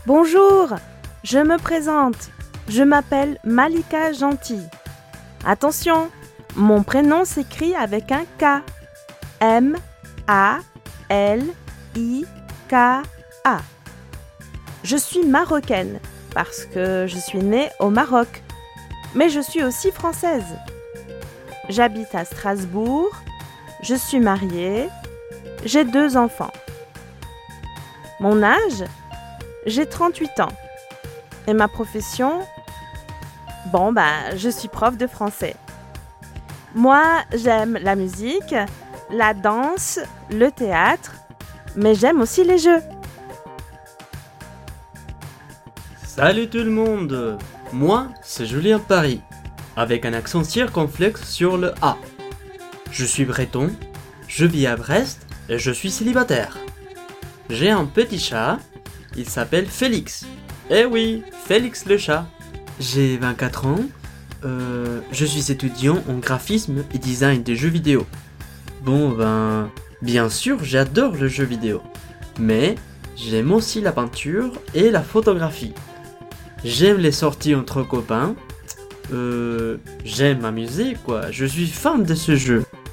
Bonjour, je me présente. Je m'appelle Malika Gentil. Attention, mon prénom s'écrit avec un K. M-A-L-I-K-A. Je suis marocaine parce que je suis née au Maroc, mais je suis aussi française. J'habite à Strasbourg, je suis mariée, j'ai 2 enfants. Mon âge ? J'ai 38 ans. Et ma profession ? Je suis prof de français. Moi, j'aime la musique, la danse, le théâtre, mais j'aime aussi les jeux. Salut tout le monde! Moi, c'est Julien Paris, avec un accent circonflexe sur le A. Je suis breton, je vis à Brest et je suis célibataire. J'ai un petit chat, il s'appelle Félix. Eh oui, Félix le chat. J'ai 24 ans, je suis étudiant en graphisme et design de jeux vidéo. Bien sûr, j'adore le jeu vidéo, mais j'aime aussi la peinture et la photographie. J'aime les sorties entre copains, j'aime m'amuser quoi, je suis fan de ce jeu.